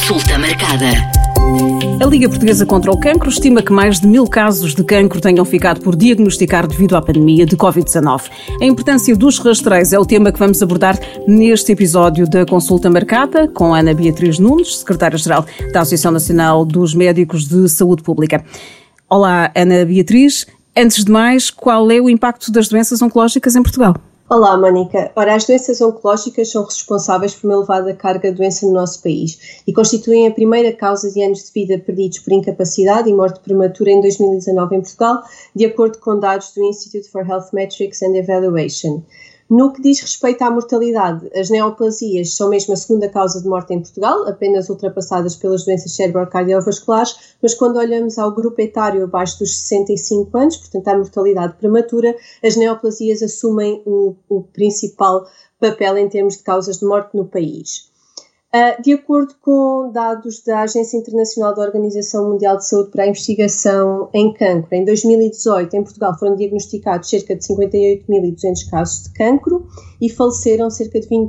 Consulta marcada. A Liga Portuguesa contra o Cancro estima que mais de 1000 casos de cancro tenham ficado por diagnosticar devido à pandemia de Covid-19. A importância dos rastreios é o tema que vamos abordar neste episódio da Consulta Marcada com Ana Beatriz Nunes, secretária-geral da Associação Nacional dos Médicos de Saúde Pública. Olá, Ana Beatriz. Antes de mais, qual é o impacto das doenças oncológicas em Portugal? Olá, Mónica. Ora, as doenças oncológicas são responsáveis por uma elevada carga de doença no nosso país e constituem a primeira causa de anos de vida perdidos por incapacidade e morte prematura em 2019 em Portugal, de acordo com dados do Institute for Health Metrics and Evaluation. No que diz respeito à mortalidade, as neoplasias são mesmo a segunda causa de morte em Portugal, apenas ultrapassadas pelas doenças cerebrocardiovasculares, mas quando olhamos ao grupo etário abaixo dos 65 anos, portanto à mortalidade prematura, as neoplasias assumem o principal papel em termos de causas de morte no país. De acordo com dados da Agência Internacional da Organização Mundial de Saúde para a Investigação em Cancro, em 2018 em Portugal foram diagnosticados cerca de 58.200 casos de cancro e faleceram cerca de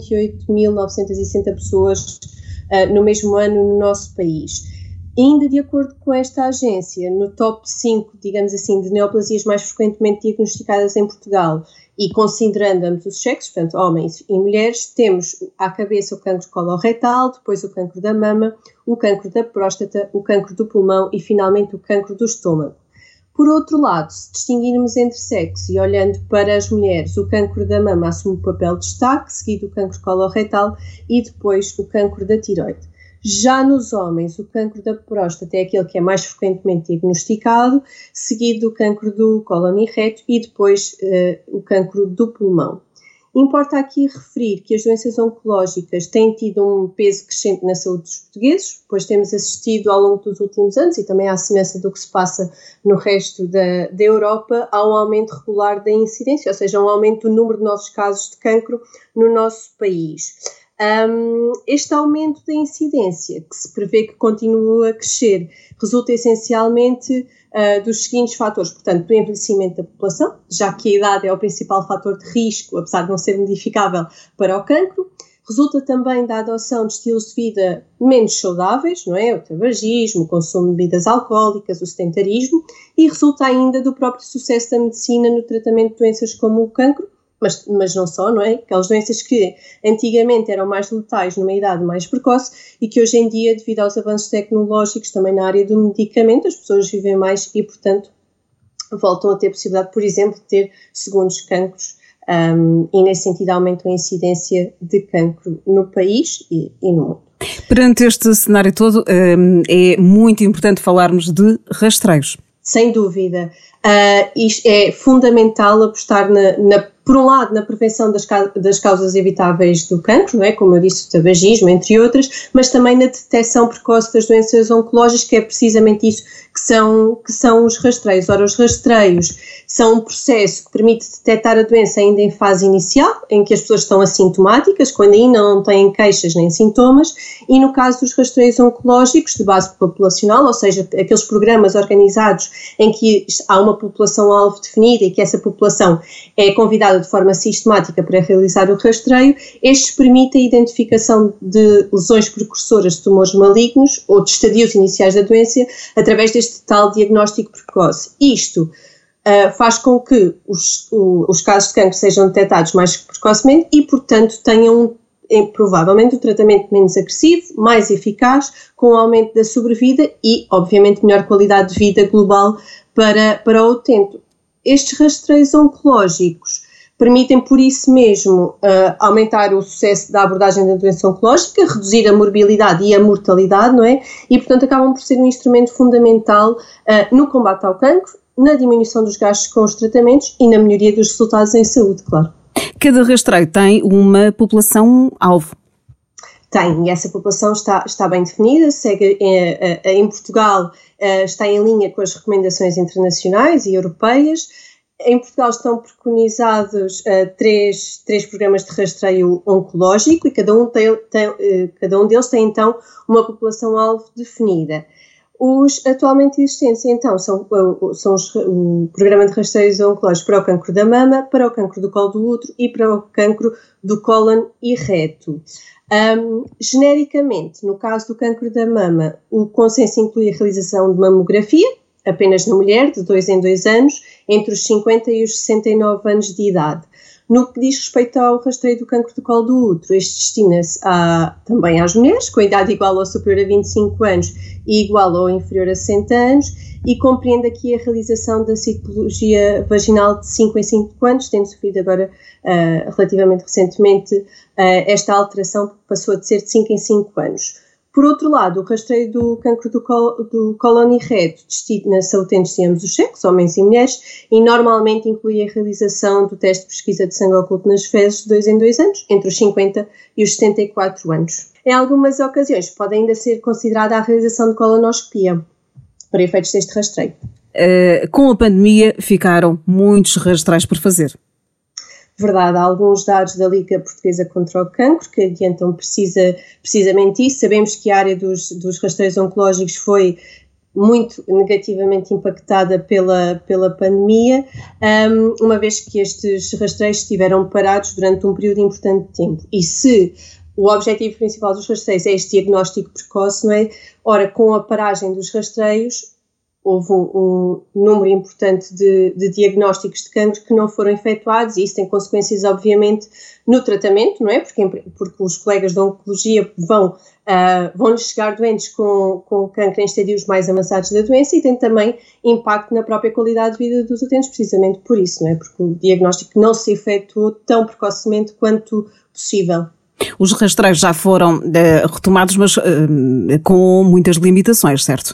28.960 pessoas no mesmo ano no nosso país. Ainda de acordo com esta agência, no top 5, digamos assim, de neoplasias mais frequentemente diagnosticadas em Portugal e considerando ambos os sexos, portanto homens e mulheres, temos à cabeça o cancro coloretal, depois o cancro da mama, o cancro da próstata, o cancro do pulmão e finalmente o cancro do estômago. Por outro lado, se distinguirmos entre sexos e olhando para as mulheres, o cancro da mama assume o papel de destaque, seguido o cancro coloretal e depois o cancro da tiroide. Já nos homens, o cancro da próstata é aquele que é mais frequentemente diagnosticado, seguido do cancro do cólon e reto e depois o cancro do pulmão. Importa aqui referir que as doenças oncológicas têm tido um peso crescente na saúde dos portugueses, pois temos assistido ao longo dos últimos anos, e também à semelhança do que se passa no resto da Europa, a um aumento regular da incidência, ou seja, um aumento do número de novos casos de cancro no nosso país. Este aumento da incidência, que se prevê que continue a crescer, resulta essencialmente dos seguintes fatores, portanto, do envelhecimento da população, já que a idade é o principal fator de risco, apesar de não ser modificável para o cancro. Resulta também da adoção de estilos de vida menos saudáveis, não é? O tabagismo, o consumo de bebidas alcoólicas, o sedentarismo, e resulta ainda do próprio sucesso da medicina no tratamento de doenças como o cancro, mas não só, não é? Aquelas doenças que antigamente eram mais letais numa idade mais precoce e que hoje em dia, devido aos avanços tecnológicos também na área do medicamento, as pessoas vivem mais e, portanto, voltam a ter possibilidade, por exemplo, de ter segundos cancros e, nesse sentido, aumentam a incidência de cancro no país e no mundo. Perante este cenário todo, é muito importante falarmos de rastreios. Sem dúvida. Isto é fundamental apostar por um lado, na prevenção das causas evitáveis do cancro, não é? Como eu disse, o tabagismo, entre outras, mas também na detecção precoce das doenças oncológicas, que é precisamente isso que são os rastreios. Ora, os rastreios são um processo que permite detectar a doença ainda em fase inicial, em que as pessoas estão assintomáticas, quando ainda não têm queixas nem sintomas, e no caso dos rastreios oncológicos de base populacional, ou seja, aqueles programas organizados em que há uma população-alvo definida e que essa população é convidada de forma sistemática para realizar o rastreio, estes permitem a identificação de lesões precursoras de tumores malignos ou de estadios iniciais da doença através deste tal diagnóstico precoce. Isto faz com que os casos de cancro sejam detectados mais precocemente e, portanto, tenham provavelmente um tratamento menos agressivo, mais eficaz, com o aumento da sobrevida e, obviamente, melhor qualidade de vida global para o utente. Estes rastreios oncológicos permitem, por isso mesmo, aumentar o sucesso da abordagem da doença oncológica, reduzir a morbilidade e a mortalidade, não é? E, portanto, acabam por ser um instrumento fundamental no combate ao cancro, na diminuição dos gastos com os tratamentos e na melhoria dos resultados em saúde, claro. Cada rastreio tem uma população-alvo? Tem, e essa população está bem definida, segue em Portugal, está em linha com as recomendações internacionais e europeias. Em Portugal estão preconizados três programas de rastreio oncológico e cada um deles tem então uma população-alvo definida. Os atualmente existentes, então, são o programa de rastreios oncológicos para o cancro da mama, para o cancro do colo do útero e para o cancro do cólon e reto. Genericamente, no caso do cancro da mama, o consenso inclui a realização de mamografia, apenas na mulher, de 2 em 2 anos, entre os 50 e os 69 anos de idade. No que diz respeito ao rastreio do cancro do colo do útero, este destina-se também às mulheres, com idade igual ou superior a 25 anos e igual ou inferior a 60 anos, e compreende aqui a realização da citologia vaginal de 5 em 5 anos, tendo sofrido agora, relativamente recentemente, esta alteração, passou a ser de 5 em 5 anos. Por outro lado, o rastreio do cancro do cólon e reto destina-se a utentes de ambos os sexos, homens e mulheres, e normalmente inclui a realização do teste de pesquisa de sangue oculto nas fezes de 2 em 2 anos, entre os 50 e os 74 anos. Em algumas ocasiões pode ainda ser considerada a realização de colonoscopia para efeitos deste rastreio. Com a pandemia ficaram muitos rastreios por fazer. Verdade, há alguns dados da Liga Portuguesa contra o Cancro que adiantam precisamente isso. Sabemos que a área dos rastreios oncológicos foi muito negativamente impactada pela pandemia, uma vez que estes rastreios estiveram parados durante um período importante de tempo. E se o objetivo principal dos rastreios é este diagnóstico precoce, não é? Ora, com a paragem dos rastreios, houve um número importante de diagnósticos de cancro que não foram efetuados, e isso tem consequências, obviamente, no tratamento, não é? Porque os colegas da oncologia vão-lhes chegar doentes com cancro em estadios mais avançados da doença, e tem também impacto na própria qualidade de vida dos utentes, precisamente por isso, não é? Porque o diagnóstico não se efetuou tão precocemente quanto possível. Os rastreios já foram retomados, mas com muitas limitações, certo?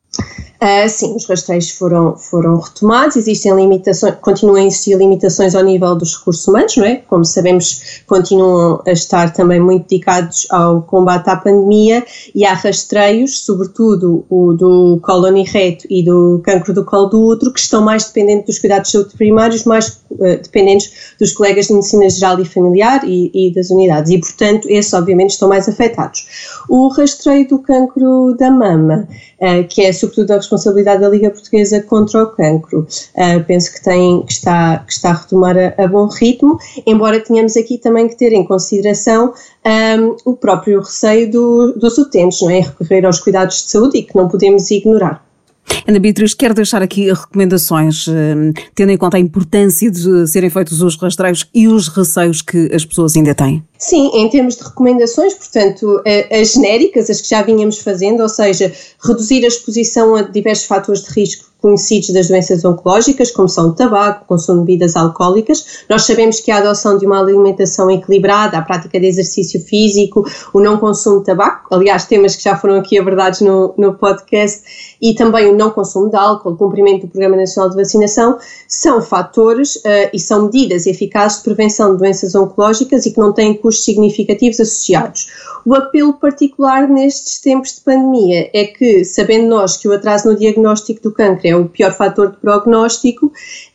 Sim, os rastreios foram retomados, existem limitações, continuam a existir limitações ao nível dos recursos humanos, não é? Como sabemos, continuam a estar também muito dedicados ao combate à pandemia, e há rastreios, sobretudo o do cólon e reto e do cancro do colo do útero, que estão mais dependentes dos cuidados de saúde primários, mais dependentes dos colegas de medicina geral e familiar e das unidades, e portanto esses obviamente estão mais afetados. O rastreio do cancro da mama, que é sobretudo a responsabilidade da Liga Portuguesa contra o Cancro, penso que está a retomar a bom ritmo, embora tenhamos aqui também que ter em consideração o próprio receio dos utentes, não é? Recorrer aos cuidados de saúde, e que não podemos ignorar. Ana Beatriz, quero deixar aqui recomendações, tendo em conta a importância de serem feitos os rastreios e os receios que as pessoas ainda têm. Sim, em termos de recomendações, portanto, as genéricas, as que já vínhamos fazendo, ou seja, reduzir a exposição a diversos fatores de risco conhecidos das doenças oncológicas, como são o tabaco, o consumo de bebidas alcoólicas. Nós sabemos que a adoção de uma alimentação equilibrada, a prática de exercício físico, o não consumo de tabaco, aliás, temas que já foram aqui abordados no podcast, e também o não consumo de álcool, o cumprimento do Programa Nacional de Vacinação, são fatores e são medidas eficazes de prevenção de doenças oncológicas e que não têm custos significativos associados. O apelo particular nestes tempos de pandemia é que, sabendo nós que o atraso no diagnóstico do cancro é o pior fator de prognóstico,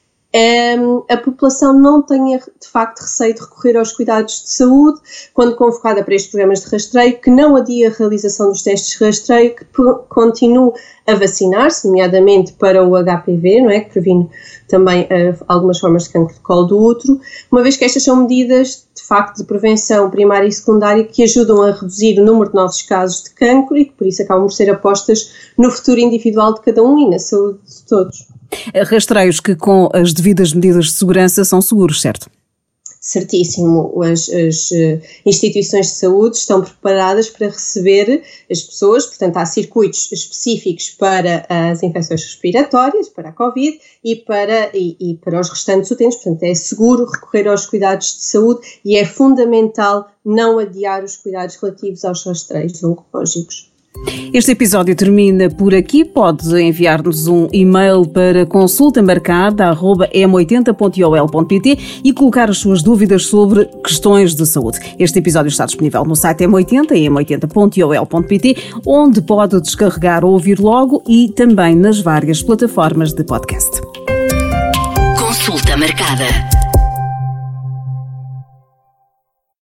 a população não tenha de facto receio de recorrer aos cuidados de saúde quando convocada para estes programas de rastreio, que não adia a realização dos testes de rastreio, que continue a vacinar-se, nomeadamente para o HPV, não é? Que previne também algumas formas de cancro de colo do útero, uma vez que estas são medidas de facto de prevenção primária e secundária que ajudam a reduzir o número de novos casos de cancro e que por isso acabam por ser apostas no futuro individual de cada um e na saúde de todos. Rastreios que com as devidas medidas de segurança são seguros, certo? Certíssimo. As instituições de saúde estão preparadas para receber as pessoas, portanto há circuitos específicos para as infecções respiratórias, para a Covid e para os restantes utentes, portanto é seguro recorrer aos cuidados de saúde e é fundamental não adiar os cuidados relativos aos rastreios oncológicos. Este episódio termina por aqui. Pode enviar-nos um e-mail para consultamarcada@m80.ol.pt e colocar as suas dúvidas sobre questões de saúde. Este episódio está disponível no site M80 e m80.ol.pt, onde pode descarregar ou ouvir logo, e também nas várias plataformas de podcast. Consulta marcada.